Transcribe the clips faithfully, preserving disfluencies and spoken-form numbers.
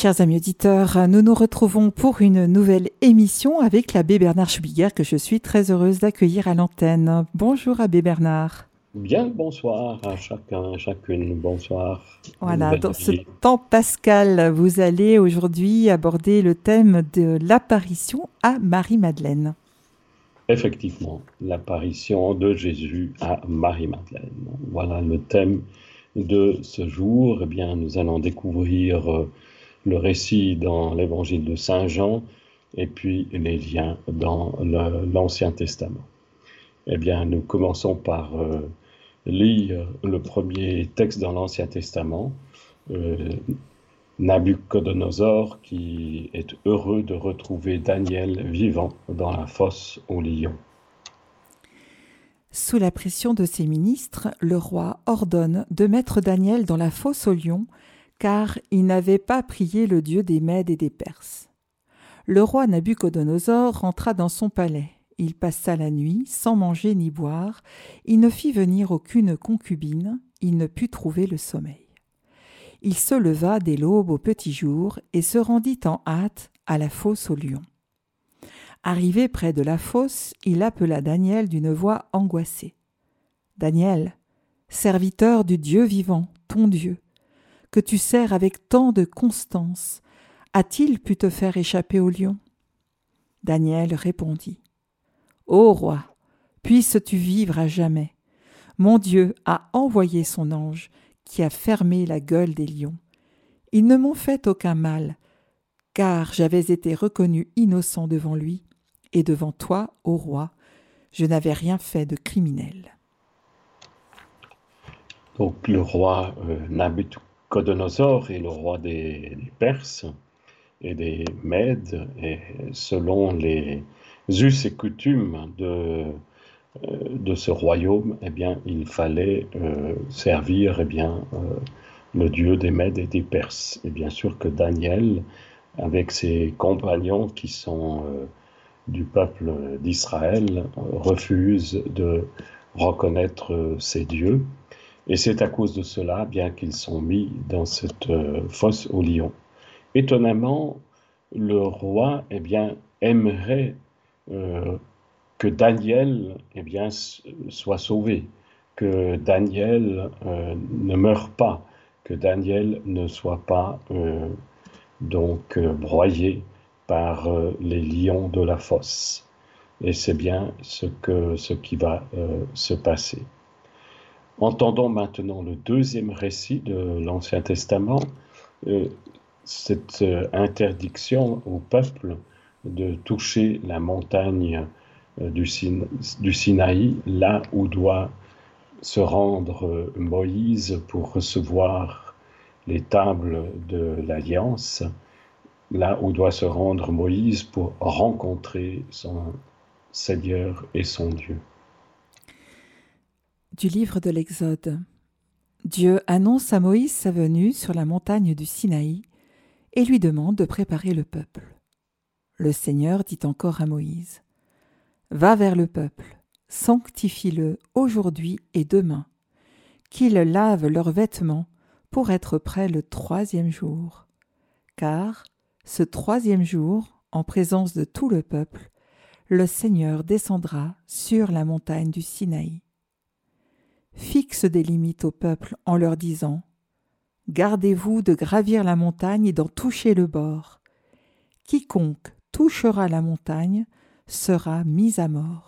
Chers amis auditeurs, nous nous retrouvons pour une nouvelle émission avec l'abbé Bernard Schubiguer que je suis très heureuse d'accueillir à l'antenne. Bonjour abbé Bernard. Bien le bonsoir à chacun, chacune, bonsoir. Voilà, dans ce temps pascal, vous allez aujourd'hui aborder le thème de l'apparition à Marie-Madeleine. Effectivement, l'apparition de Jésus à Marie-Madeleine. Voilà le thème de ce jour. Eh bien, nous allons découvrir le récit dans l'évangile de Saint Jean et puis les liens dans le, l'Ancien Testament. Eh bien, nous commençons par euh, lire le premier texte dans l'Ancien Testament, euh, Nabuchodonosor qui est heureux de retrouver Daniel vivant dans la fosse aux lions. Sous la pression de ses ministres, le roi ordonne de mettre Daniel dans la fosse aux lions, car il n'avait pas prié le Dieu des Mèdes et des Perses. Le roi Nabuchodonosor rentra dans son palais. Il passa la nuit sans manger ni boire. Il ne fit venir aucune concubine. Il ne put trouver le sommeil. Il se leva dès l'aube au petit jour et se rendit en hâte à la fosse aux lions. Arrivé près de la fosse, il appela Daniel d'une voix angoissée. « Daniel, serviteur du Dieu vivant, ton Dieu, que tu sers avec tant de constance, a-t-il pu te faire échapper aux lions ?» Daniel répondit. « Ô roi, puisses-tu vivre à jamais. Mon Dieu a envoyé son ange qui a fermé la gueule des lions. Ils ne m'ont fait aucun mal, car j'avais été reconnu innocent devant lui, et devant toi, ô roi, je n'avais rien fait de criminel. » Donc le roi euh, Nabuchodonosor est le roi des, des Perses et des Mèdes, et selon les us et coutumes de, euh, de ce royaume, eh bien, il fallait euh, servir eh bien, euh, le Dieu des Mèdes et des Perses. Et bien sûr que Daniel, avec ses compagnons qui sont euh, du peuple d'Israël, euh, refuse de reconnaître euh, ces dieux. Et c'est à cause de cela, bien qu'ils sont mis dans cette euh, fosse aux lions. Étonnamment, le roi eh bien, aimerait euh, que Daniel eh bien, soit sauvé, que Daniel euh, ne meure pas, que Daniel ne soit pas euh, donc euh, broyé par euh, les lions de la fosse. Et c'est bien ce, que, ce qui va euh, se passer. Entendons maintenant le deuxième récit de l'Ancien Testament, euh, cette euh, interdiction au peuple de toucher la montagne euh, du, Sin- du Sinaï, là où doit se rendre euh, Moïse pour recevoir les tables de l'Alliance, là où doit se rendre Moïse pour rencontrer son Seigneur et son Dieu. Du livre de l'Exode. Dieu annonce à Moïse sa venue sur la montagne du Sinaï et lui demande de préparer le peuple. Le Seigneur dit encore à Moïse : « Va vers le peuple, sanctifie-le aujourd'hui et demain, qu'ils lavent leurs vêtements pour être prêts le troisième jour. Car ce troisième jour, en présence de tout le peuple, le Seigneur descendra sur la montagne du Sinaï. Fixe des limites au peuple en leur disant : Gardez-vous de gravir la montagne et d'en toucher le bord. Quiconque touchera la montagne sera mis à mort. »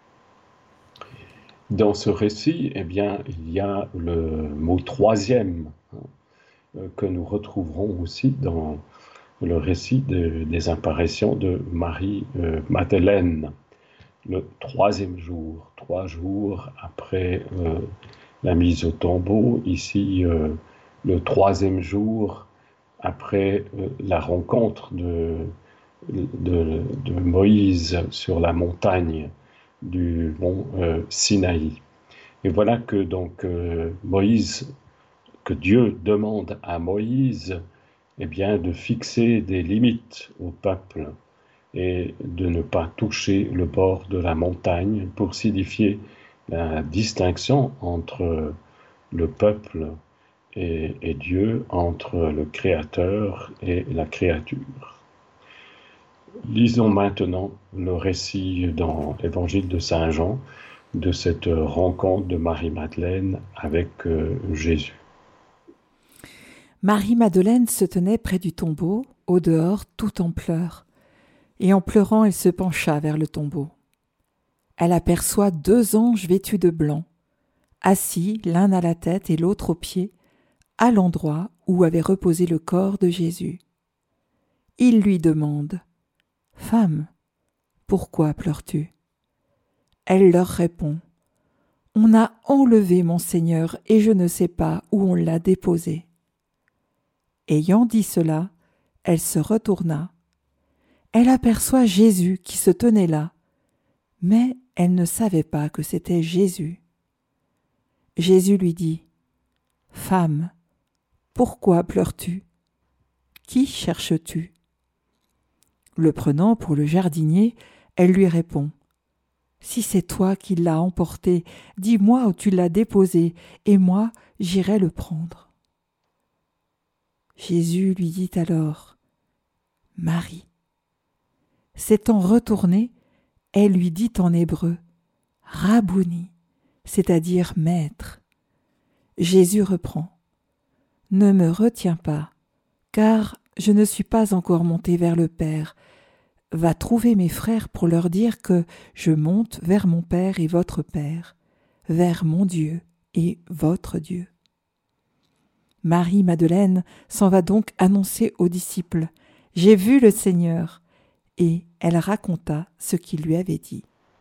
Dans ce récit, eh bien, il y a le mot troisième hein, que nous retrouverons aussi dans le récit de, des apparitions de Marie-Madeleine. Euh, le troisième jour, trois jours après euh, la mise au tombeau, ici euh, le troisième jour après euh, la rencontre de, de, de Moïse sur la montagne du mont euh, Sinaï. Et voilà que donc euh, Moïse, que Dieu demande à Moïse eh bien, de fixer des limites au peuple et de ne pas toucher le bord de la montagne pour signifier la distinction entre le peuple et, et Dieu, entre le Créateur et la créature. Lisons maintenant le récit dans l'Évangile de Saint Jean de cette rencontre de Marie-Madeleine avec euh, Jésus. Marie-Madeleine se tenait près du tombeau, au dehors, tout en pleurs. Et en pleurant, elle se pencha vers le tombeau. Elle aperçoit deux anges vêtus de blanc, assis l'un à la tête et l'autre aux pieds, à l'endroit où avait reposé le corps de Jésus. Ils lui demandent « Femme, pourquoi pleures-tu » Elle leur répond « On a enlevé mon Seigneur et je ne sais pas où on l'a déposé. » Ayant dit cela, elle se retourna. Elle aperçoit Jésus qui se tenait là, mais elle ne savait pas que c'était Jésus. Jésus lui dit « Femme, pourquoi pleures-tu ? Qui cherches-tu » Le prenant pour le jardinier, elle lui répond « Si c'est toi qui l'as emporté, dis-moi où tu l'as déposé, et moi j'irai le prendre. » Jésus lui dit alors « Marie ». S'étant retournée, elle lui dit en hébreu « Rabouni », c'est-à-dire « maître ». Jésus reprend « Ne me retiens pas, car je ne suis pas encore monté vers le Père. Va trouver mes frères pour leur dire que je monte vers mon Père et votre Père, vers mon Dieu et votre Dieu. » Marie-Madeleine s'en va donc annoncer aux disciples « J'ai vu le Seigneur » et elle raconta ce qu'il lui avait dit.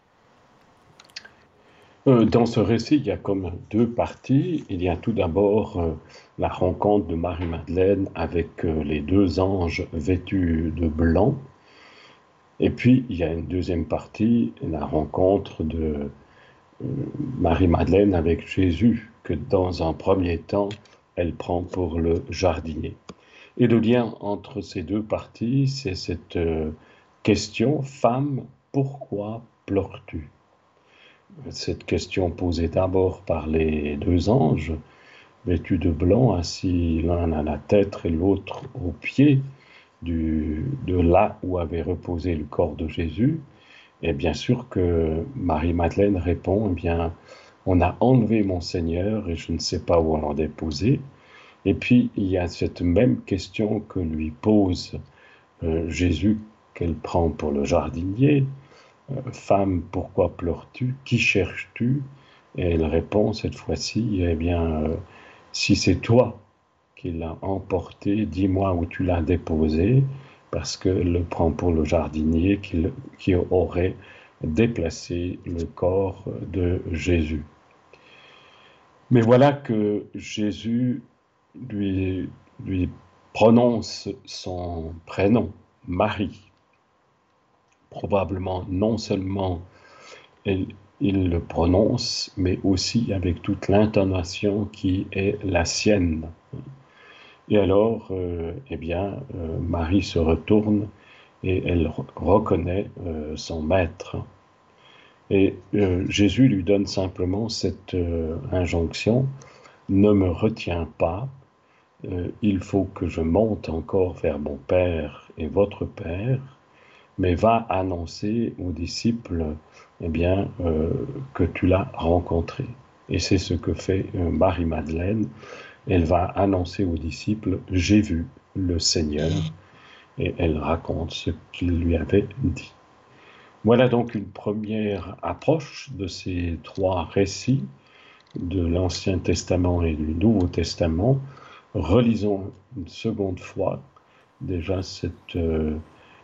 Dans ce récit, il y a comme deux parties. Il y a tout d'abord euh, la rencontre de Marie-Madeleine avec euh, les deux anges vêtus de blanc. Et puis, il y a une deuxième partie, la rencontre de euh, Marie-Madeleine avec Jésus, que dans un premier temps, elle prend pour le jardinier. Et le lien entre ces deux parties, c'est cette euh, question « Femme, pourquoi pleures-tu » Cette question posée d'abord par les deux anges, vêtus de blanc, assis l'un à la tête et l'autre aux pieds du, de là où avait reposé le corps de Jésus. Et bien sûr que Marie-Madeleine répond, eh bien, on a enlevé mon Seigneur et je ne sais pas où on l'a déposé. Et puis il y a cette même question que lui pose euh, Jésus, qu'elle prend pour le jardinier. « Femme, pourquoi pleures-tu ? Qui cherches-tu » Et elle répond cette fois-ci, « Eh bien, euh, si c'est toi qui l'as emporté, dis-moi où tu l'as déposé, parce qu'elle le prend pour le jardinier qui, le, qui aurait déplacé le corps de Jésus. » Mais voilà que Jésus lui, lui prononce son prénom, Marie. Probablement non seulement il, il le prononce, mais aussi avec toute l'intonation qui est la sienne. Et alors, euh, eh bien, euh, Marie se retourne et elle reconnaît euh, son maître. Et euh, Jésus lui donne simplement cette euh, injonction, « Ne me retiens pas, euh, il faut que je monte encore vers mon Père et votre Père, mais va annoncer aux disciples eh bien, euh, que tu l'as rencontré. » Et c'est ce que fait euh, Marie-Madeleine. Elle va annoncer aux disciples « J'ai vu le Seigneur » et elle raconte ce qu'il lui avait dit. Voilà donc une première approche de ces trois récits de l'Ancien Testament et du Nouveau Testament. Relisons une seconde fois déjà cette... Euh,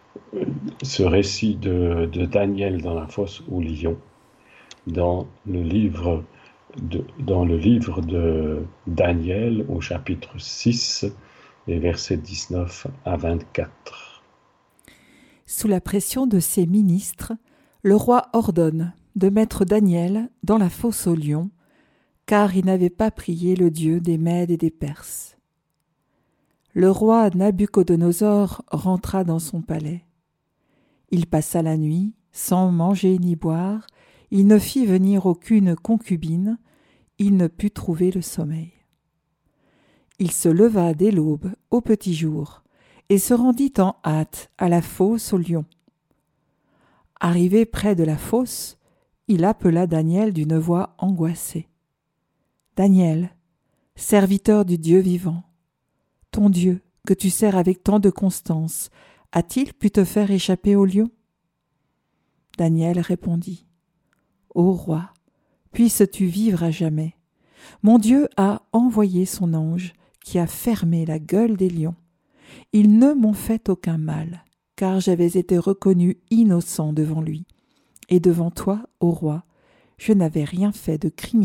ce récit de, de Daniel dans la fosse aux lions, dans le livre de, dans le livre de Daniel au chapitre six, les versets dix-neuf à vingt-quatre. Sous la pression de ses ministres, le roi ordonne de mettre Daniel dans la fosse aux lions, car il n'avait pas prié le Dieu des Mèdes et des Perses. Le roi Nabuchodonosor rentra dans son palais. Il passa la nuit, sans manger ni boire, il ne fit venir aucune concubine, il ne put trouver le sommeil. il se leva dès l'aube, au petit jour, et se rendit en hâte à la fosse aux lions. Arrivé près de la fosse, il appela Daniel d'une voix angoissée. « Daniel, serviteur du Dieu vivant, ton Dieu, que tu sers avec tant de constance, a-t-il pu te faire échapper aux lions ?» Daniel répondit. « Ô roi, puisses-tu vivre à jamais. Mon Dieu a envoyé son ange qui a fermé la gueule des lions. Ils ne m'ont fait aucun mal, car j'avais été reconnu innocent devant lui. Et devant toi, ô roi, je n'avais rien fait de criminel. »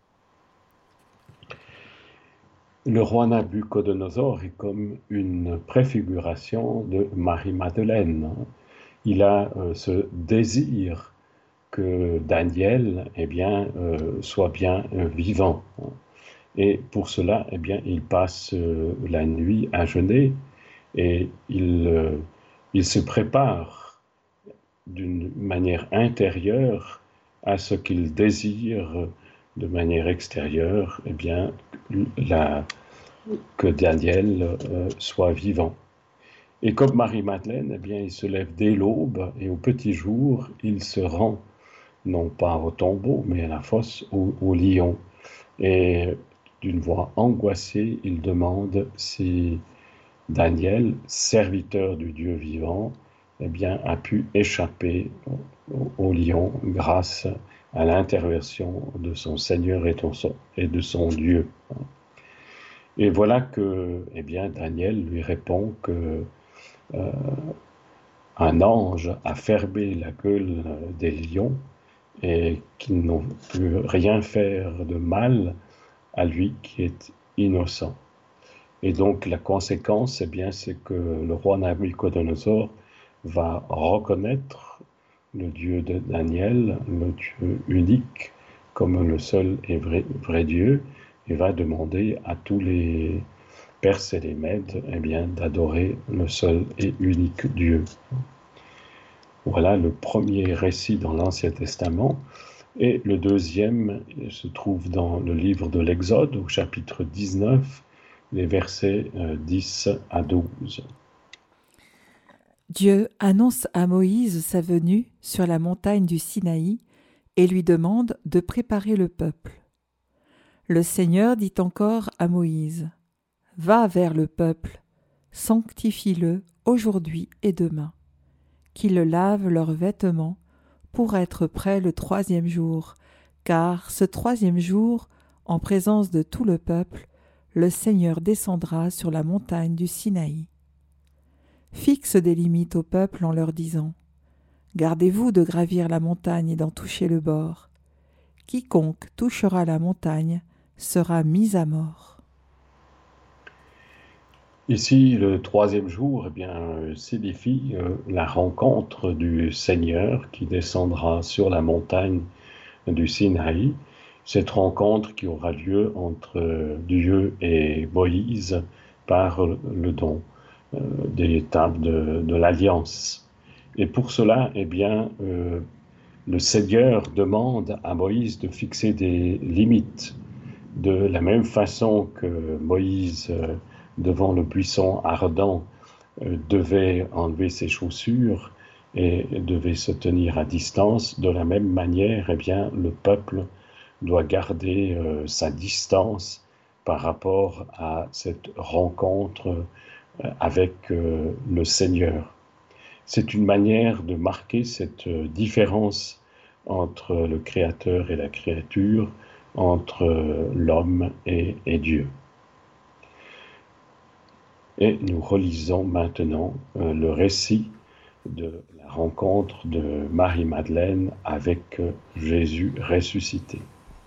Le roi Nabuchodonosor est comme une préfiguration de Marie-Madeleine. Il a euh, ce désir que Daniel eh bien, euh, soit bien euh, vivant. Et pour cela, eh bien, il passe euh, la nuit à jeûner et il, euh, il se prépare d'une manière intérieure à ce qu'il désire de manière extérieure, eh bien, la, que Daniel euh, soit vivant. Et comme Marie-Madeleine, eh bien, il se lève dès l'aube et au petit jour, il se rend non pas au tombeau, mais à la fosse au, au lion. Et d'une voix angoissée, il demande si Daniel, serviteur du Dieu vivant, eh bien, a pu échapper au, au lion grâce à l'intervention de son Seigneur et, ton, et de son Dieu. Et voilà que eh bien, Daniel lui répond que euh, un ange a fermé la gueule des lions et qu'ils n'ont pu rien faire de mal à lui qui est innocent. Et donc la conséquence, eh bien, c'est que le roi Nabuchodonosor va reconnaître le Dieu de Daniel, le Dieu unique, comme le seul et vrai, vrai Dieu, et va demander à tous les Perses et les Mèdes eh bien, d'adorer le seul et unique Dieu. Voilà le premier récit dans l'Ancien Testament. Et le deuxième se trouve dans le livre de l'Exode, au chapitre dix-neuf, les versets dix à douze. Dieu annonce à Moïse sa venue sur la montagne du Sinaï et lui demande de préparer le peuple. Le Seigneur dit encore à Moïse, « Va vers le peuple, sanctifie-le aujourd'hui et demain, qu'ils lavent leurs vêtements pour être prêts le troisième jour, car ce troisième jour, en présence de tout le peuple, le Seigneur descendra sur la montagne du Sinaï. Fixe des limites au peuple en leur disant « Gardez-vous de gravir la montagne et d'en toucher le bord. Quiconque touchera la montagne sera mis à mort. » Ici, le troisième jour eh bien, signifie euh, la rencontre du Seigneur qui descendra sur la montagne du Sinaï. Cette rencontre qui aura lieu entre Dieu et Moïse par le don euh, des tables de, de l'Alliance. Et pour cela, eh bien, euh, le Seigneur demande à Moïse de fixer des limites. De la même façon que Moïse, euh, devant le buisson ardent, euh, devait enlever ses chaussures et devait se tenir à distance, de la même manière, eh bien, le peuple doit garder euh, sa distance par rapport à cette rencontre euh, avec euh, le Seigneur. C'est une manière de marquer cette euh, différence entre le Créateur et la créature, entre euh, l'homme et, et Dieu. Et nous relisons maintenant euh, le récit de la rencontre de Marie-Madeleine avec euh, Jésus ressuscité.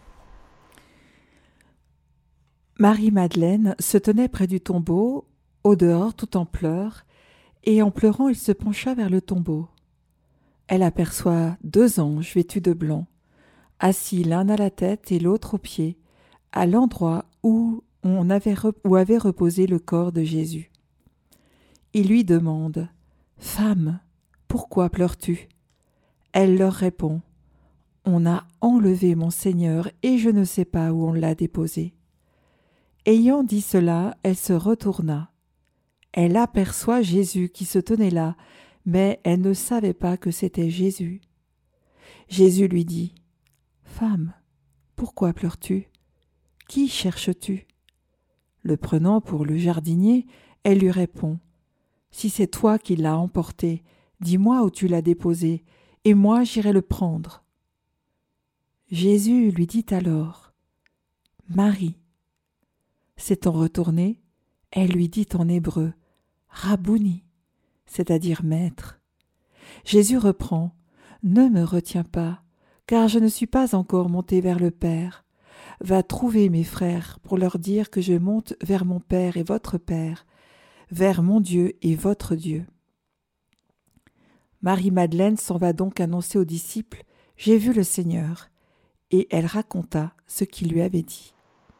Marie-Madeleine se tenait près du tombeau, au dehors tout en pleurs, et en pleurant il se pencha vers le tombeau. Elle aperçoit deux anges vêtus de blanc, assis l'un à la tête et l'autre aux pieds, à l'endroit où, on avait, où avait reposé le corps de Jésus. Il lui demande « Femme, pourquoi pleures-tu » Elle leur répond « On a enlevé mon Seigneur et je ne sais pas où on l'a déposé. » Ayant dit cela, elle se retourna. Elle aperçoit Jésus qui se tenait là, mais elle ne savait pas que c'était Jésus. Jésus lui dit : « Femme, pourquoi pleures-tu ? Qui cherches-tu ? » Le prenant pour le jardinier, elle lui répond : « Si c'est toi qui l'as emporté, dis-moi où tu l'as déposé, et moi j'irai le prendre. » Jésus lui dit alors : « Marie. » S'étant retournée, elle lui dit en hébreu : « Rabouni », c'est-à-dire maître. Jésus reprend : « Ne me retiens pas, car je ne suis pas encore monté vers le Père. Va trouver mes frères pour leur dire que je monte vers mon Père et votre Père, vers mon Dieu et votre Dieu. » Marie-Madeleine s'en va donc annoncer aux disciples : « J'ai vu le Seigneur. » Et elle raconta ce qu'il lui avait dit.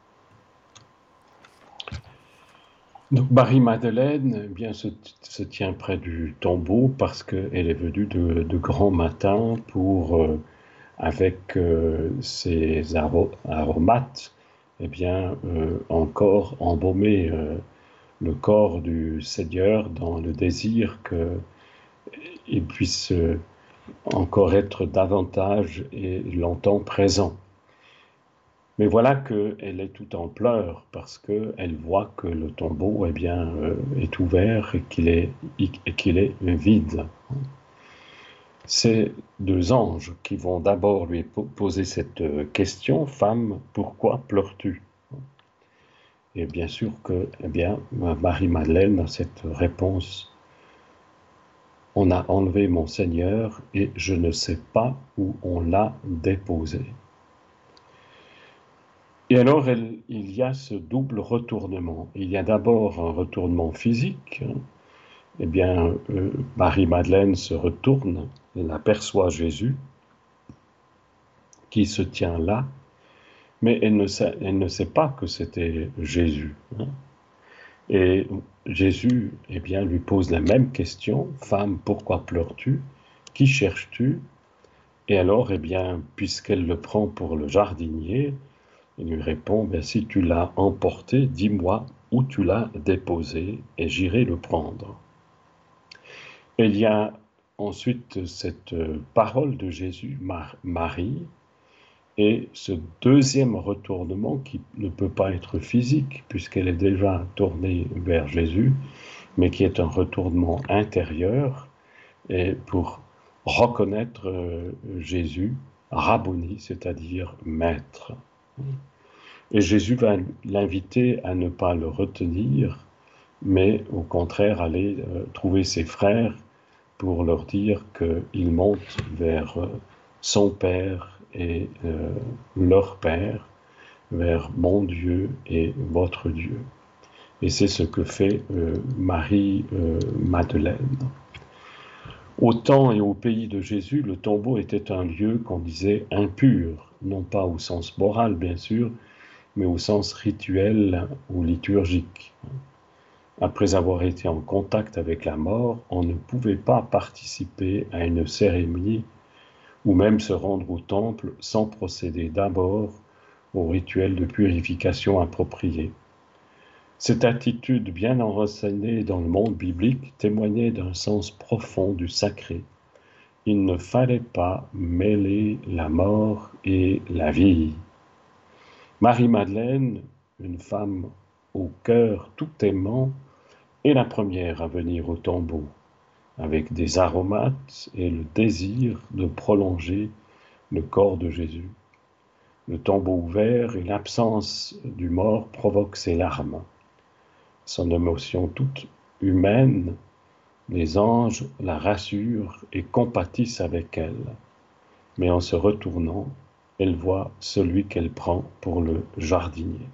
Donc Marie-Madeleine, eh bien, se, se tient près du tombeau parce qu'elle est venue de, de grand matin pour, euh, avec euh, ses aro- aromates, eh bien, euh, encore embaumer euh, le corps du Seigneur dans le désir qu'il puisse euh, encore être davantage et longtemps présent. Mais voilà qu'elle est tout en pleurs parce qu'elle voit que le tombeau eh bien, euh, est ouvert et qu'il est, et qu'il est vide. C'est deux anges qui vont d'abord lui poser cette question : « Femme, pourquoi pleures-tu » ? Et bien sûr que eh bien, Marie-Madeleine a cette réponse : « On a enlevé mon Seigneur et je ne sais pas où on l'a déposé. » Et alors, elle, il y a ce double retournement. Il y a d'abord un retournement physique. Eh bien, euh, Marie-Madeleine se retourne, elle aperçoit Jésus qui se tient là, mais elle ne sait, elle ne sait pas que c'était Jésus. Hein. Et Jésus, eh bien, lui pose la même question : « Femme, pourquoi pleures-tu ? Qui cherches-tu » Et alors, eh bien, puisqu'elle le prend pour le jardinier, il lui répond : « Si tu l'as emporté, dis-moi où tu l'as déposé et j'irai le prendre. » Et il y a ensuite cette parole de Jésus, Marie, et ce deuxième retournement qui ne peut pas être physique puisqu'elle est déjà tournée vers Jésus, mais qui est un retournement intérieur et pour reconnaître Jésus, Rabboni, c'est-à-dire maître. Et Jésus va l'inviter à ne pas le retenir, mais au contraire aller euh, trouver ses frères pour leur dire qu'il monte vers euh, son Père et euh, leur Père, vers mon Dieu et votre Dieu. Et c'est ce que fait euh, Marie-Madeleine. Euh, Au temps et au pays de Jésus, le tombeau était un lieu qu'on disait impur, non pas au sens moral bien sûr, mais au sens rituel ou liturgique. Après avoir été en contact avec la mort, on ne pouvait pas participer à une cérémonie ou même se rendre au temple sans procéder d'abord au rituel de purification approprié. Cette attitude bien enracinée dans le monde biblique témoignait d'un sens profond du sacré. Il ne fallait pas mêler la mort et la vie. Marie-Madeleine, une femme au cœur tout aimant, est la première à venir au tombeau, avec des aromates et le désir de prolonger le corps de Jésus. Le tombeau ouvert et l'absence du mort provoquent ses larmes. Son émotion toute humaine, les anges la rassurent et compatissent avec elle. Mais en se retournant, elle voit celui qu'elle prend pour le jardinier.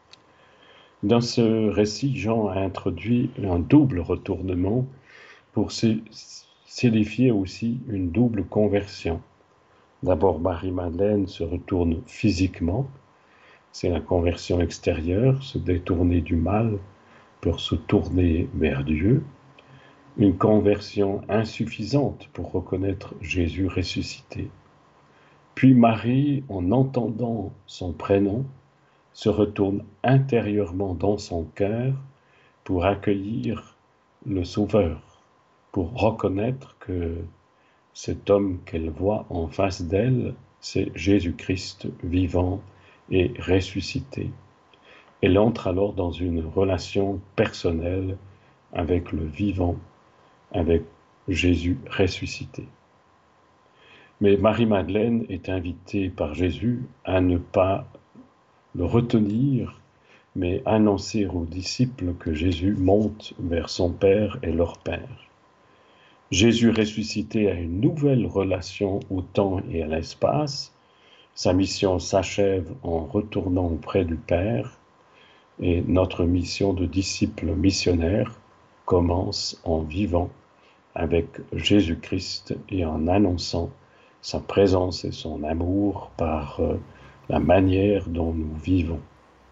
Dans ce récit, Jean a introduit un double retournement pour signifier aussi une double conversion. D'abord, Marie-Madeleine se retourne physiquement, c'est la conversion extérieure, se détourner du mal pour se tourner vers Dieu. Une conversion insuffisante pour reconnaître Jésus ressuscité. Puis Marie, en entendant son prénom, se retourne intérieurement dans son cœur pour accueillir le Sauveur, pour reconnaître que cet homme qu'elle voit en face d'elle, c'est Jésus-Christ vivant et ressuscité. Elle entre alors dans une relation personnelle avec le vivant, avec Jésus ressuscité. Mais Marie-Madeleine est invitée par Jésus à ne pas le retenir, mais annoncer aux disciples que Jésus monte vers son Père et leur Père. Jésus ressuscité a une nouvelle relation au temps et à l'espace. Sa mission s'achève en retournant auprès du Père et notre mission de disciple missionnaire commence en vivant avec Jésus-Christ et en annonçant sa présence et son amour par la manière dont nous vivons.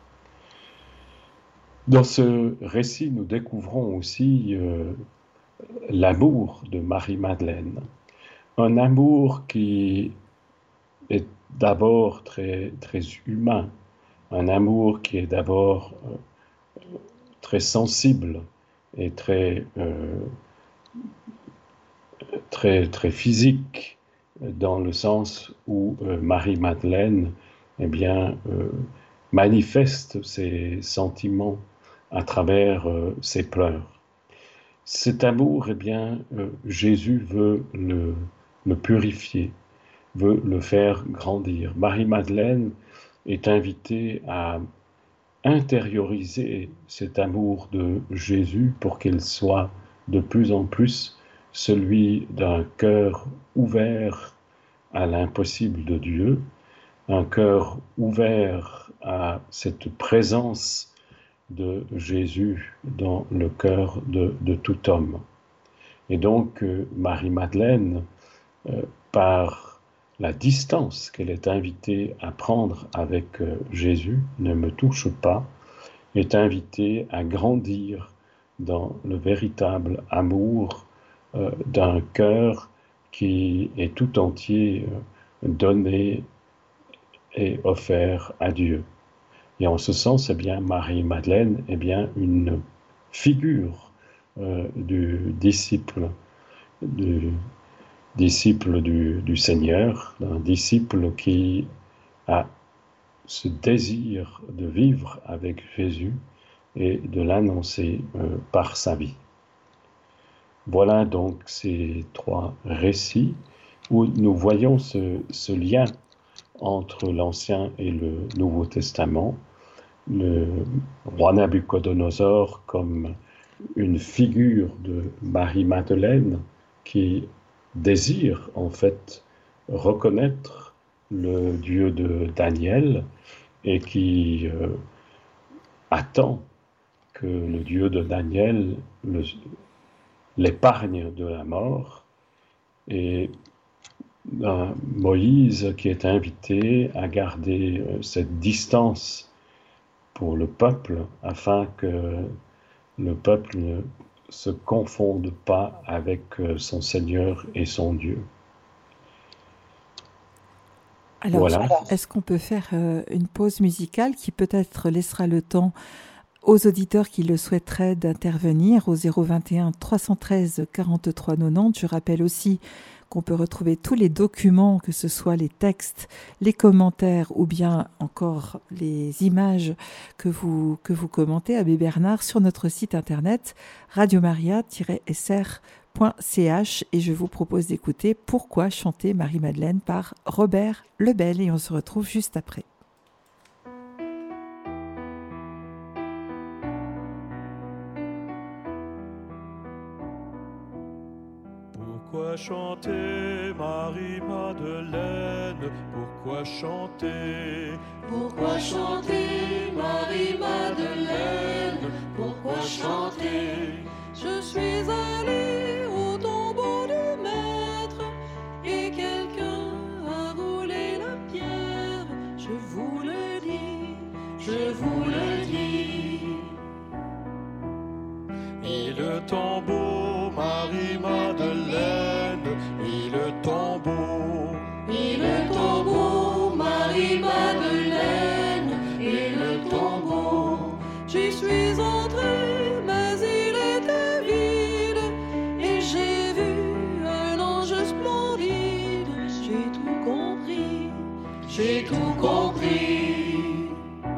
Dans ce récit, nous découvrons aussi euh, l'amour de Marie-Madeleine, un amour qui est d'abord très, très humain, un amour qui est d'abord euh, très sensible et très, euh, très, très physique, dans le sens où euh, Marie-Madeleine eh bien, euh, manifeste ses sentiments à travers euh, ses pleurs. Cet amour, eh bien, euh, Jésus veut le, le purifier, veut le faire grandir. Marie-Madeleine est invitée à intérioriser cet amour de Jésus pour qu'il soit de plus en plus celui d'un cœur ouvert à l'impossible de Dieu, un cœur ouvert à cette présence de Jésus dans le cœur de, de tout homme. Et donc, euh, Marie-Madeleine, euh, par la distance qu'elle est invitée à prendre avec euh, Jésus, ne me touche pas, est invitée à grandir dans le véritable amour euh, d'un cœur qui est tout entier euh, donné et offert à Dieu. Et en ce sens, eh bien, Marie-Madeleine est bien une figure euh, du disciple, du disciple du, du Seigneur, d'un disciple qui a ce désir de vivre avec Jésus et de l'annoncer euh, par sa vie. Voilà donc ces trois récits où nous voyons ce, ce lien entre l'Ancien et le Nouveau Testament, le roi Nabuchodonosor comme une figure de Marie-Madeleine qui désire en fait reconnaître le Dieu de Daniel et qui euh, attend que le Dieu de Daniel le, l'épargne de la mort, et un Moïse qui est invité à garder euh, cette distance pour le peuple afin que le peuple ne se confonde pas avec euh, son Seigneur et son Dieu. Alors, voilà. Est-ce qu'on peut faire euh, une pause musicale qui peut-être laissera le temps aux auditeurs qui le souhaiteraient d'intervenir au zéro vingt et un trois cent treize quarante-trois quatre-vingt-dix. Je rappelle aussi qu'on peut retrouver tous les documents, que ce soit les textes, les commentaires ou bien encore les images que vous, que vous commentez, Abbé Bernard, sur notre site internet radiomaria tiret s r point c h, et je vous propose d'écouter Pourquoi chanter Marie-Madeleine par Robert Lebel, et on se retrouve juste après. Pourquoi chanter Marie-Madeleine? Pourquoi chanter? Pourquoi chanter Marie-Madeleine? Pourquoi chanter? Je suis allée au tombeau du Maître et quelqu'un a roulé la pierre. Je vous le dis, je vous le dis. Et le tombeau Marie-Madeleine, et le tombeau, et le tombeau Marie-Madeleine, et le suis entrée, mais il était vide, et j'ai vu un ange splendide. J'ai tout compris, j'ai tout compris.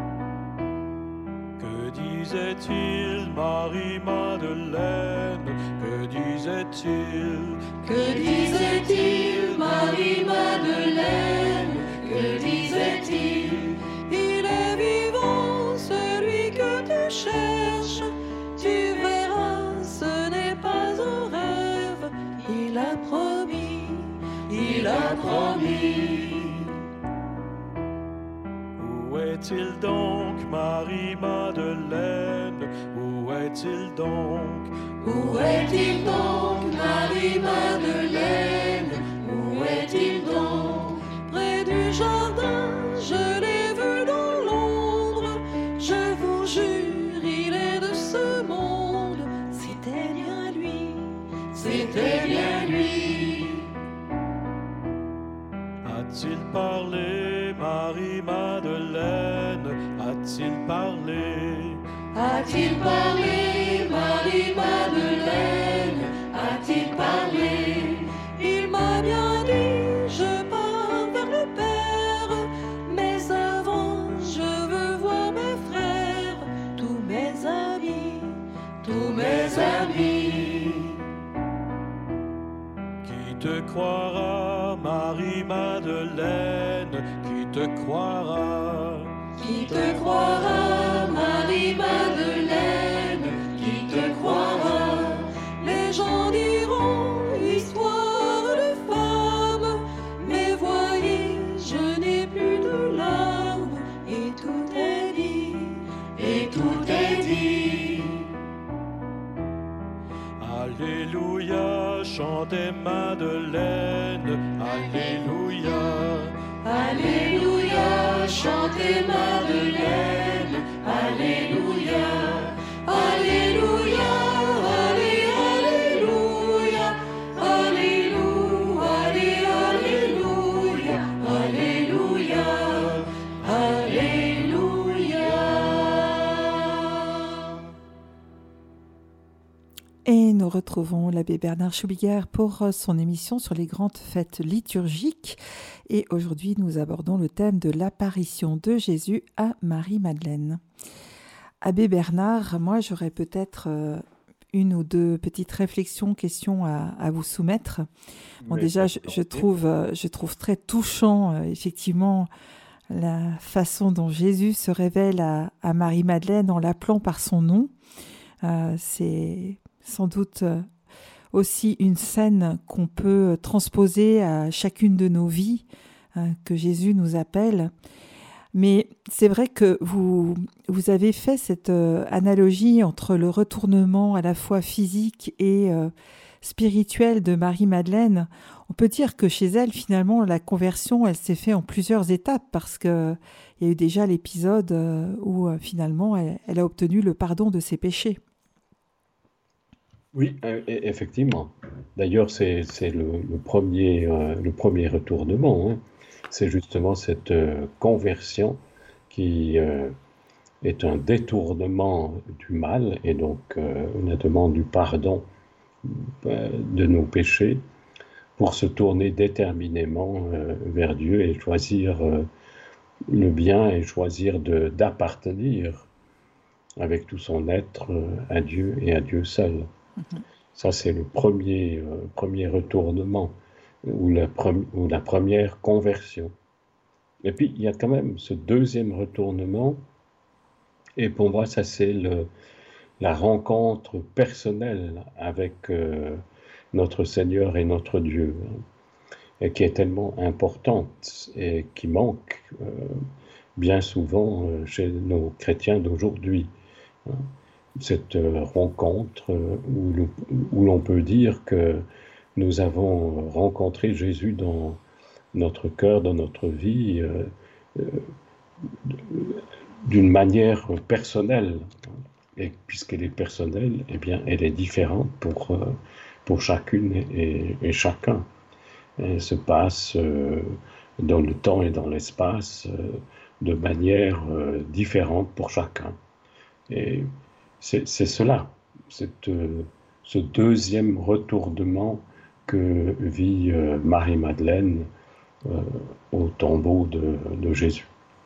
Que disait-il, Marie-Madeleine? Que disait-il? Que disait-il, Marie-Madeleine? Que disait-il? Il est vivant, celui que tu cherches. Tu verras, ce n'est pas un rêve. Il a promis, il a promis. Où est-il donc, Marie-Madeleine? Où est-il donc? Où est-il donc, Marie-Madeleine? Où est-il donc? Près du jardin, je l'ai vu dans l'ombre. Je vous jure, il est de ce monde. C'était bien lui, c'était bien lui. A-t-il parlé, Marie-Madeleine? A-t-il parlé? A-t-il parlé, Marie-Madeleine? A-t-il parlé? Il m'a bien dit, je pars vers le Père, mais avant je veux voir mes frères, tous mes amis, tous mes amis. Qui te croira, Marie-Madeleine? Qui te croira? Qui te croira, Marie-Madeleine? Qui te croira? Les gens diront histoire de femme, mais voyez, je n'ai plus de larmes, et tout est dit, et tout est dit. Alléluia, chantez Madeleine. Alléluia. Alléluia, chantez Madeleine. Alléluia, Alléluia, Allé, Alléluia, Alléluia, Allé, Alléluia, Alléluia, Alléluia. Et nous retrouvons l'abbé Bernard Schubigger pour son émission sur les grandes fêtes liturgiques. Et aujourd'hui, nous abordons le thème de l'apparition de Jésus à Marie-Madeleine. Abbé Bernard, moi, j'aurais peut-être euh, une ou deux petites réflexions, questions à, à vous soumettre. Bon, Mais déjà, pas je, de je, danger. trouve, euh, je trouve très touchant, euh, effectivement, la façon dont Jésus se révèle à, à Marie-Madeleine en l'appelant par son nom. Euh, c'est sans doute euh, aussi une scène qu'on peut transposer à chacune de nos vies, euh, que Jésus nous appelle. Mais c'est vrai que vous, vous avez fait cette euh, analogie entre le retournement à la fois physique et euh, spirituel de Marie-Madeleine. On peut dire que chez elle, finalement, la conversion, elle s'est faite en plusieurs étapes parce qu'il y a eu déjà l'épisode euh, où euh, finalement, elle, elle a obtenu le pardon de ses péchés. Oui, euh, e- effectivement. D'ailleurs, c'est c'est le, le premier, euh, le premier retournement, hein. C'est justement cette euh, conversion qui euh, est un détournement du mal et donc euh, une demande du pardon euh, de nos péchés pour se tourner déterminément euh, vers Dieu et choisir euh, le bien et choisir de, d'appartenir avec tout son être euh, à Dieu et à Dieu seul. Ça, c'est le premier, euh, premier retournement ou la, pre- ou la première conversion. Et puis, il y a quand même ce deuxième retournement, et pour moi, ça, c'est le, la rencontre personnelle avec euh, notre Seigneur et notre Dieu, hein, et qui est tellement importante et qui manque euh, bien souvent euh, chez nos chrétiens d'aujourd'hui, hein. Cette euh, rencontre euh, où, l'on- où l'on peut dire que nous avons rencontré Jésus dans notre cœur, dans notre vie, euh, euh, d'une manière personnelle. Et puisqu'elle est personnelle, eh bien, elle est différente pour, euh, pour chacune et, et chacun. Elle se passe euh, dans le temps et dans l'espace euh, de manière euh, différente pour chacun. Et c'est, c'est cela, cette, euh, ce deuxième retournement que vit euh, Marie-Madeleine euh, au tombeau de, de Jésus.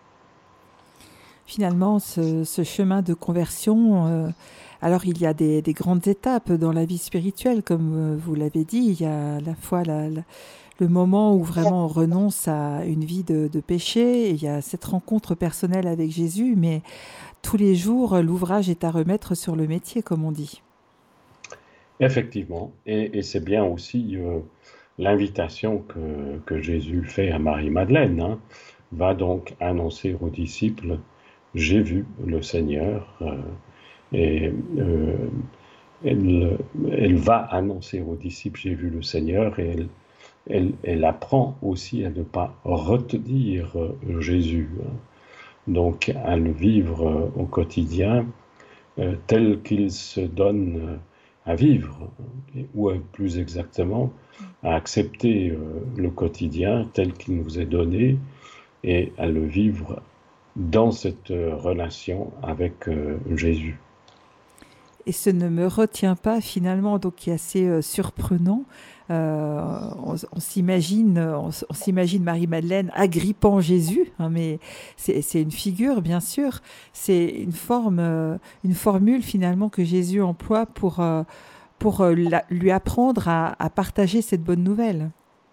Finalement, ce, ce chemin de conversion, euh, alors il y a des, des grandes étapes dans la vie spirituelle, comme euh, vous l'avez dit. Il y a à la fois la, la, le moment où vraiment on renonce à une vie de, de péché, et il y a cette rencontre personnelle avec Jésus, mais tous les jours, l'ouvrage est à remettre sur le métier, comme on dit. Effectivement, et, et c'est bien aussi euh, l'invitation que, que Jésus fait à Marie-Madeleine, hein. Va donc annoncer aux disciples: j'ai vu le Seigneur, euh, et euh, elle, elle va annoncer aux disciples: j'ai vu le Seigneur, et elle, elle, elle apprend aussi à ne pas retenir euh, Jésus, hein. Donc à le vivre euh, au quotidien euh, tel qu'il se donne euh, à vivre, ou euh, plus exactement à accepter euh, le quotidien tel qu'il nous est donné, et à le vivre dans cette euh, relation avec euh, Jésus. Et ce ne me retient pas finalement, donc qui est assez euh, surprenant. Euh, on, on s'imagine, on, on s'imagine Marie-Madeleine agrippant Jésus, hein, mais c'est, c'est une figure, bien sûr. C'est une forme, euh, une formule finalement que Jésus emploie pour euh, pour euh, la, lui apprendre à, à partager cette bonne nouvelle.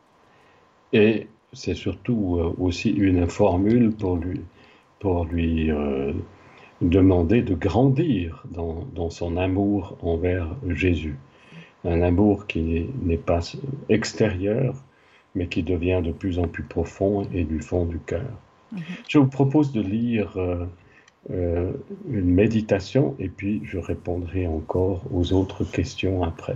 Et c'est surtout euh, aussi une formule pour lui, pour lui euh, demander de grandir dans, dans son amour envers Jésus. Un amour qui n'est pas extérieur, mais qui devient de plus en plus profond et du fond du cœur. Mm-hmm. Je vous propose de lire euh, euh, une méditation, et puis je répondrai encore aux autres questions après.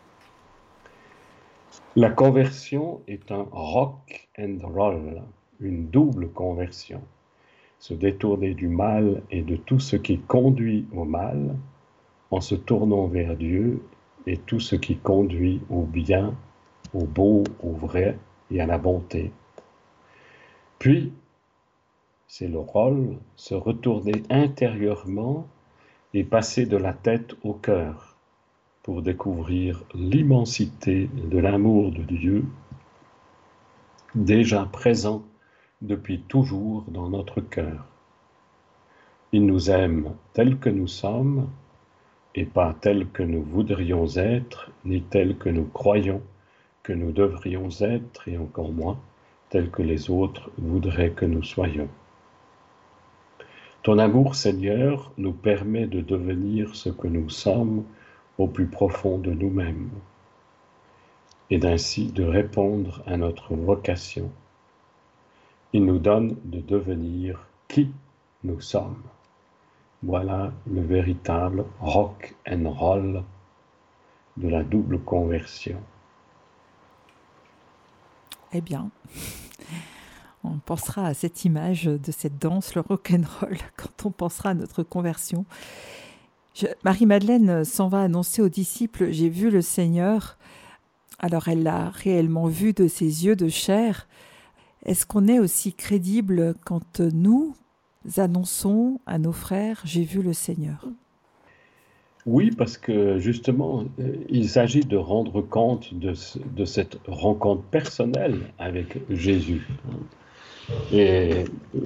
La conversion est un rock and roll, une double conversion. Se détourner du mal et de tout ce qui conduit au mal, en se tournant vers Dieu et tout ce qui conduit au bien, au beau, au vrai et à la bonté. Puis, c'est le rôle, se retourner intérieurement et passer de la tête au cœur pour découvrir l'immensité de l'amour de Dieu, déjà présent depuis toujours dans notre cœur. Il nous aime tels que nous sommes, et pas tels que nous voudrions être, ni tels que nous croyons que nous devrions être, et encore moins tels que les autres voudraient que nous soyons. Ton amour, Seigneur, nous permet de devenir ce que nous sommes au plus profond de nous-mêmes, et d'ainsi de répondre à notre vocation. Il nous donne de devenir qui nous sommes. Voilà le véritable rock and roll de la double conversion. Eh bien, on pensera à cette image de cette danse, le rock and roll, quand on pensera à notre conversion. Je, Marie-Madeleine s'en va annoncer aux disciples: j'ai vu le Seigneur. Alors elle l'a réellement vu de ses yeux de chair. Est-ce qu'on est aussi crédible quand nous annonçons à nos frères: j'ai vu le Seigneur? Oui, parce que justement, il s'agit de rendre compte de, de cette rencontre personnelle avec Jésus. Et euh,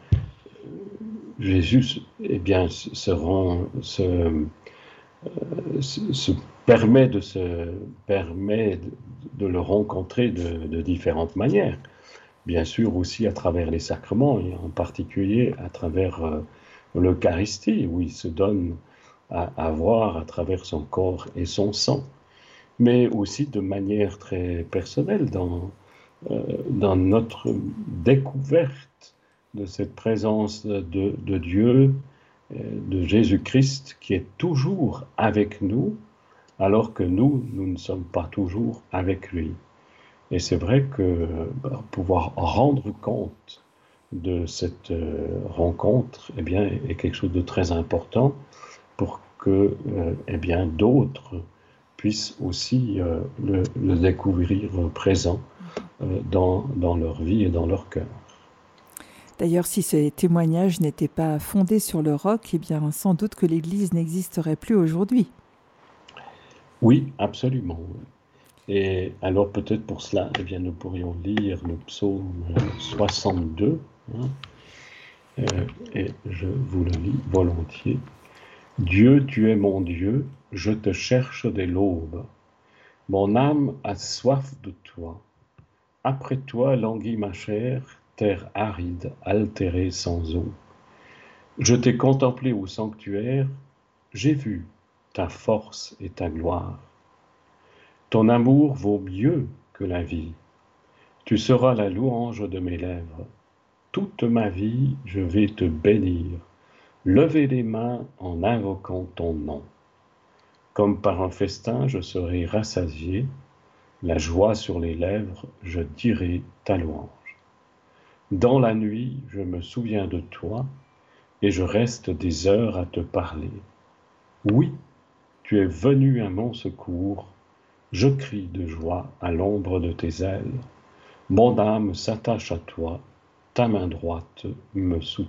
Jésus, eh bien, se, rend, se, euh, se, se permet, de, se, permet de, de le rencontrer de, de différentes manières. Bien sûr aussi à travers les sacrements, et en particulier à travers euh, l'Eucharistie, où il se donne à, à voir à travers son corps et son sang, mais aussi de manière très personnelle dans, euh, dans notre découverte de cette présence de, de Dieu, euh, de Jésus-Christ, qui est toujours avec nous, alors que nous, nous ne sommes pas toujours avec lui. Et c'est vrai que bah, pouvoir rendre compte de cette euh, rencontre, eh bien, est quelque chose de très important pour que euh, eh bien, d'autres puissent aussi euh, le, le découvrir présent euh, dans, dans leur vie et dans leur cœur. D'ailleurs, si ces témoignages n'étaient pas fondés sur le roc, eh bien, sans doute que l'Église n'existerait plus aujourd'hui. Oui, absolument. Et alors peut-être pour cela, eh bien, nous pourrions lire le psaume soixante-deux, hein, euh, et je vous le lis volontiers. « Dieu, tu es mon Dieu, je te cherche dès l'aube. Mon âme a soif de toi. Après toi languit ma chair, terre aride, altérée sans eau. Je t'ai contemplé au sanctuaire, j'ai vu ta force et ta gloire. Ton amour vaut mieux que la vie. Tu seras la louange de mes lèvres. Toute ma vie, je vais te bénir. Lever les mains en invoquant ton nom. Comme par un festin, je serai rassasié. La joie sur les lèvres, je dirai ta louange. Dans la nuit, je me souviens de toi et je reste des heures à te parler. Oui, tu es venu à mon secours. Je crie de joie à l'ombre de tes ailes. Mon âme s'attache à toi, ta main droite me soutient. »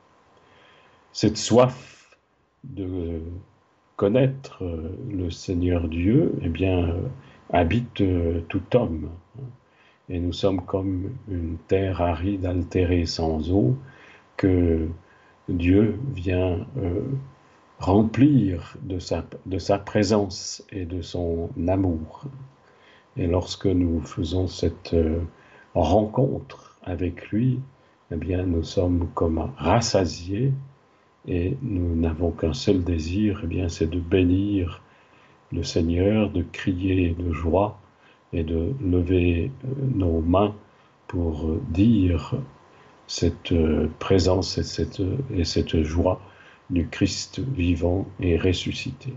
Cette soif de connaître le Seigneur Dieu, eh bien, habite tout homme. Et nous sommes comme une terre aride, altérée sans eau, que Dieu vient euh, remplir de sa, de sa présence et de son amour. Et lorsque nous faisons cette euh, rencontre avec lui, eh bien, nous sommes comme rassasiés et nous n'avons qu'un seul désir, eh bien, c'est de bénir le Seigneur, de crier de joie et de lever euh, nos mains pour euh, dire cette euh, présence et cette, et cette joie du Christ vivant et ressuscité.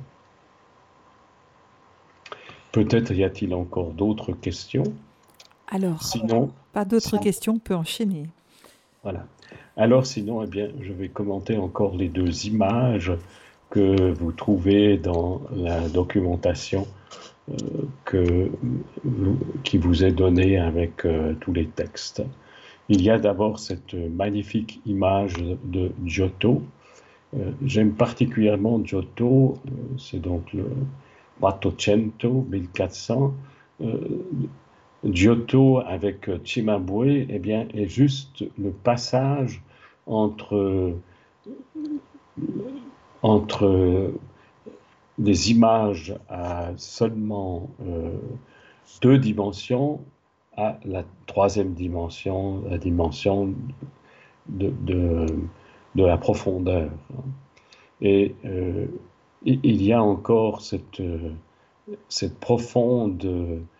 Peut-être y a-t-il encore d'autres questions? Alors, sinon, pas d'autres sinon, questions, on peut enchaîner. Voilà. Alors sinon, eh bien, je vais commenter encore les deux images que vous trouvez dans la documentation euh, que, qui vous est donnée avec euh, tous les textes. Il y a d'abord cette magnifique image de Giotto. Euh, j'aime particulièrement Giotto, euh, c'est donc le quattrocento, mille quatre cents. Euh, Giotto avec Cimabue, eh bien, est juste le passage entre, entre des images à seulement euh, deux dimensions à la troisième dimension, la dimension de, de, de la profondeur. Et euh, il y a encore cette, cette profonde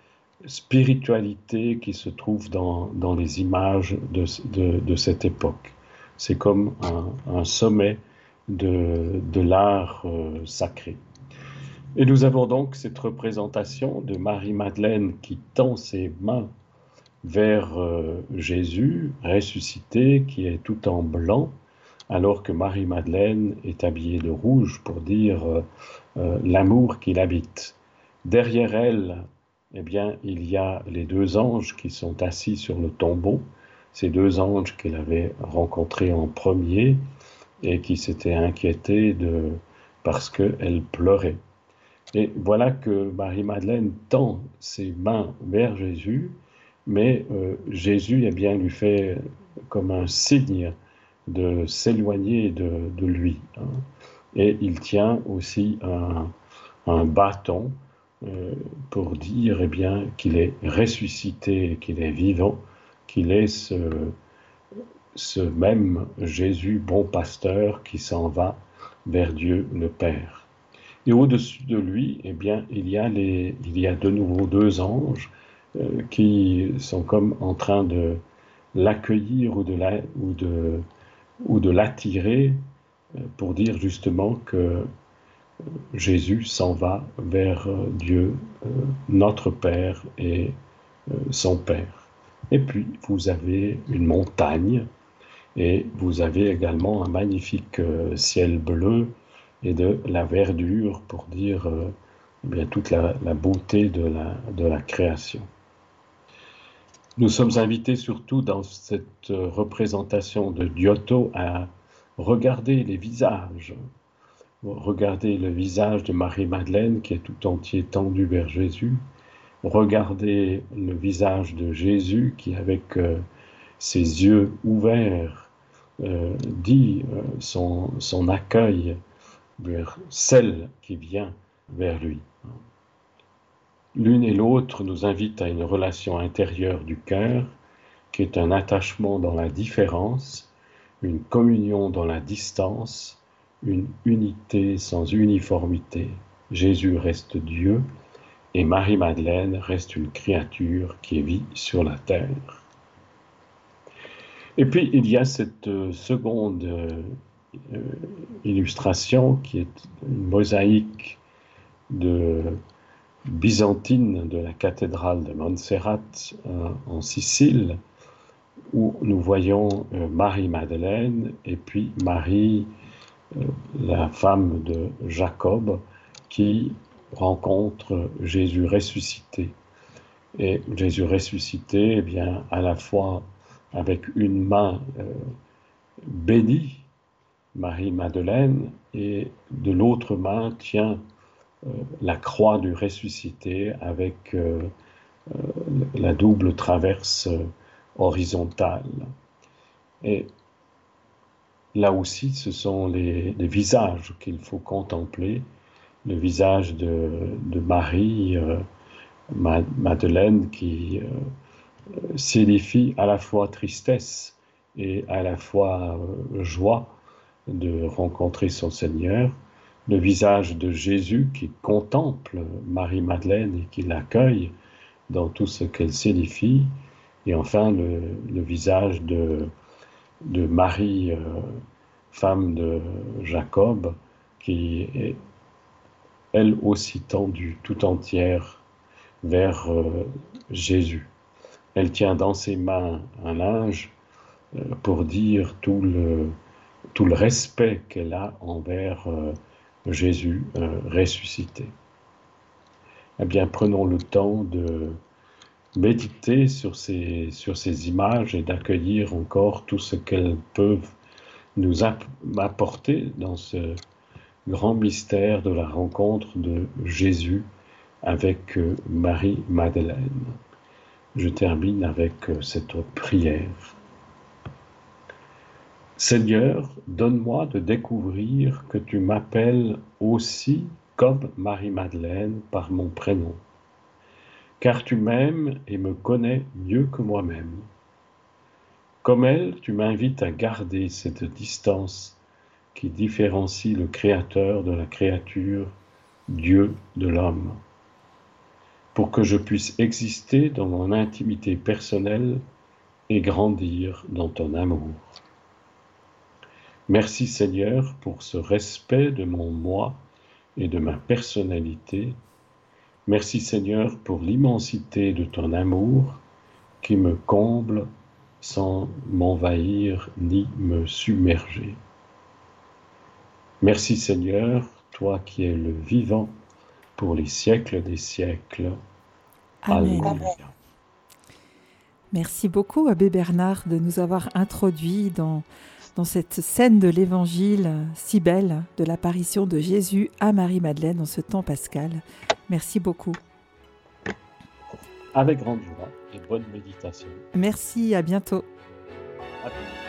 spiritualité qui se trouve dans, dans les images de, de, de cette époque. C'est comme un, un sommet de, de l'art euh, sacré. Et nous avons donc cette représentation de Marie-Madeleine qui tend ses mains vers euh, Jésus ressuscité, qui est tout en blanc, alors que Marie-Madeleine est habillée de rouge pour dire euh, euh, l'amour qui l'habite. Derrière elle, eh bien, il y a les deux anges qui sont assis sur le tombeau, ces deux anges qu'elle avait rencontrés en premier et qui s'étaient inquiétés de, parce qu'elle pleurait. Et voilà que Marie-Madeleine tend ses mains vers Jésus, mais euh, Jésus eh bien, lui fait comme un signe de s'éloigner de, de lui. Hein. Et il tient aussi un, un bâton euh, pour dire eh bien, qu'il est ressuscité, qu'il est vivant, qu'il est ce, ce même Jésus, bon pasteur, qui s'en va vers Dieu le Père. Et au-dessus de lui, eh bien, il y a, les, il y a de nouveau deux anges euh, qui sont comme en train de l'accueillir ou de, la, ou de, ou de l'attirer euh, pour dire justement que Jésus s'en va vers euh, Dieu, euh, notre Père et euh, son Père. Et puis, vous avez une montagne et vous avez également un magnifique euh, ciel bleu et de la verdure pour dire euh, eh bien, toute la, la beauté de la, de la création. Nous sommes invités surtout dans cette représentation de Giotto à regarder les visages. Regardez le visage de Marie-Madeleine qui est tout entier tendu vers Jésus. Regardez le visage de Jésus qui, avec euh, ses yeux ouverts, euh, dit euh, son, son accueil vers celle qui vient vers lui. L'une et l'autre nous invitent à une relation intérieure du cœur qui est un attachement dans la différence, une communion dans la distance, une unité sans uniformité. Jésus reste Dieu et Marie-Madeleine reste une créature qui vit sur la terre. Et puis il y a cette seconde euh, illustration qui est une mosaïque de byzantine de la cathédrale de Montserrat euh, en Sicile, où nous voyons euh, Marie-Madeleine et puis Marie, euh, la femme de Jacob, qui rencontre Jésus ressuscité. Et Jésus ressuscité, eh bien, à la fois avec une main euh, bénit Marie-Madeleine et de l'autre main tient euh, la croix du ressuscité avec euh, euh, la double traverse euh, horizontale. Et là aussi, ce sont les, les visages qu'il faut contempler. Le visage de, de Marie, euh, Madeleine, qui euh, signifie à la fois tristesse et à la fois euh, joie de rencontrer son Seigneur. Le visage de Jésus qui contemple Marie-Madeleine et qui l'accueille dans tout ce qu'elle signifie. Et enfin, le, le visage de, de Marie, euh, femme de Jacob, qui est elle aussi tendue tout entière vers euh, Jésus. Elle tient dans ses mains un linge euh, pour dire tout le, tout le respect qu'elle a envers euh, Jésus euh, ressuscité. Eh bien, prenons le temps de méditer sur ces, sur ces images et d'accueillir encore tout ce qu'elles peuvent nous apporter dans ce grand mystère de la rencontre de Jésus avec Marie-Madeleine. Je termine avec cette prière. Seigneur, donne-moi de découvrir que tu m'appelles aussi comme Marie-Madeleine par mon prénom, car tu m'aimes et me connais mieux que moi-même. Comme elle, tu m'invites à garder cette distance qui différencie le Créateur de la créature, Dieu de l'homme, pour que je puisse exister dans mon intimité personnelle et grandir dans ton amour. Merci Seigneur pour ce respect de mon moi et de ma personnalité. Merci Seigneur pour l'immensité de ton amour qui me comble sans m'envahir ni me submerger. Merci Seigneur, toi qui es le vivant pour les siècles des siècles. Amen. Alléluia. Merci beaucoup Abbé Bernard de nous avoir introduits dans, dans cette scène de l'Évangile si belle de l'apparition de Jésus à Marie-Madeleine en ce temps pascal. Merci beaucoup. Avec grande joie et bonne méditation. Merci, à bientôt. À bientôt.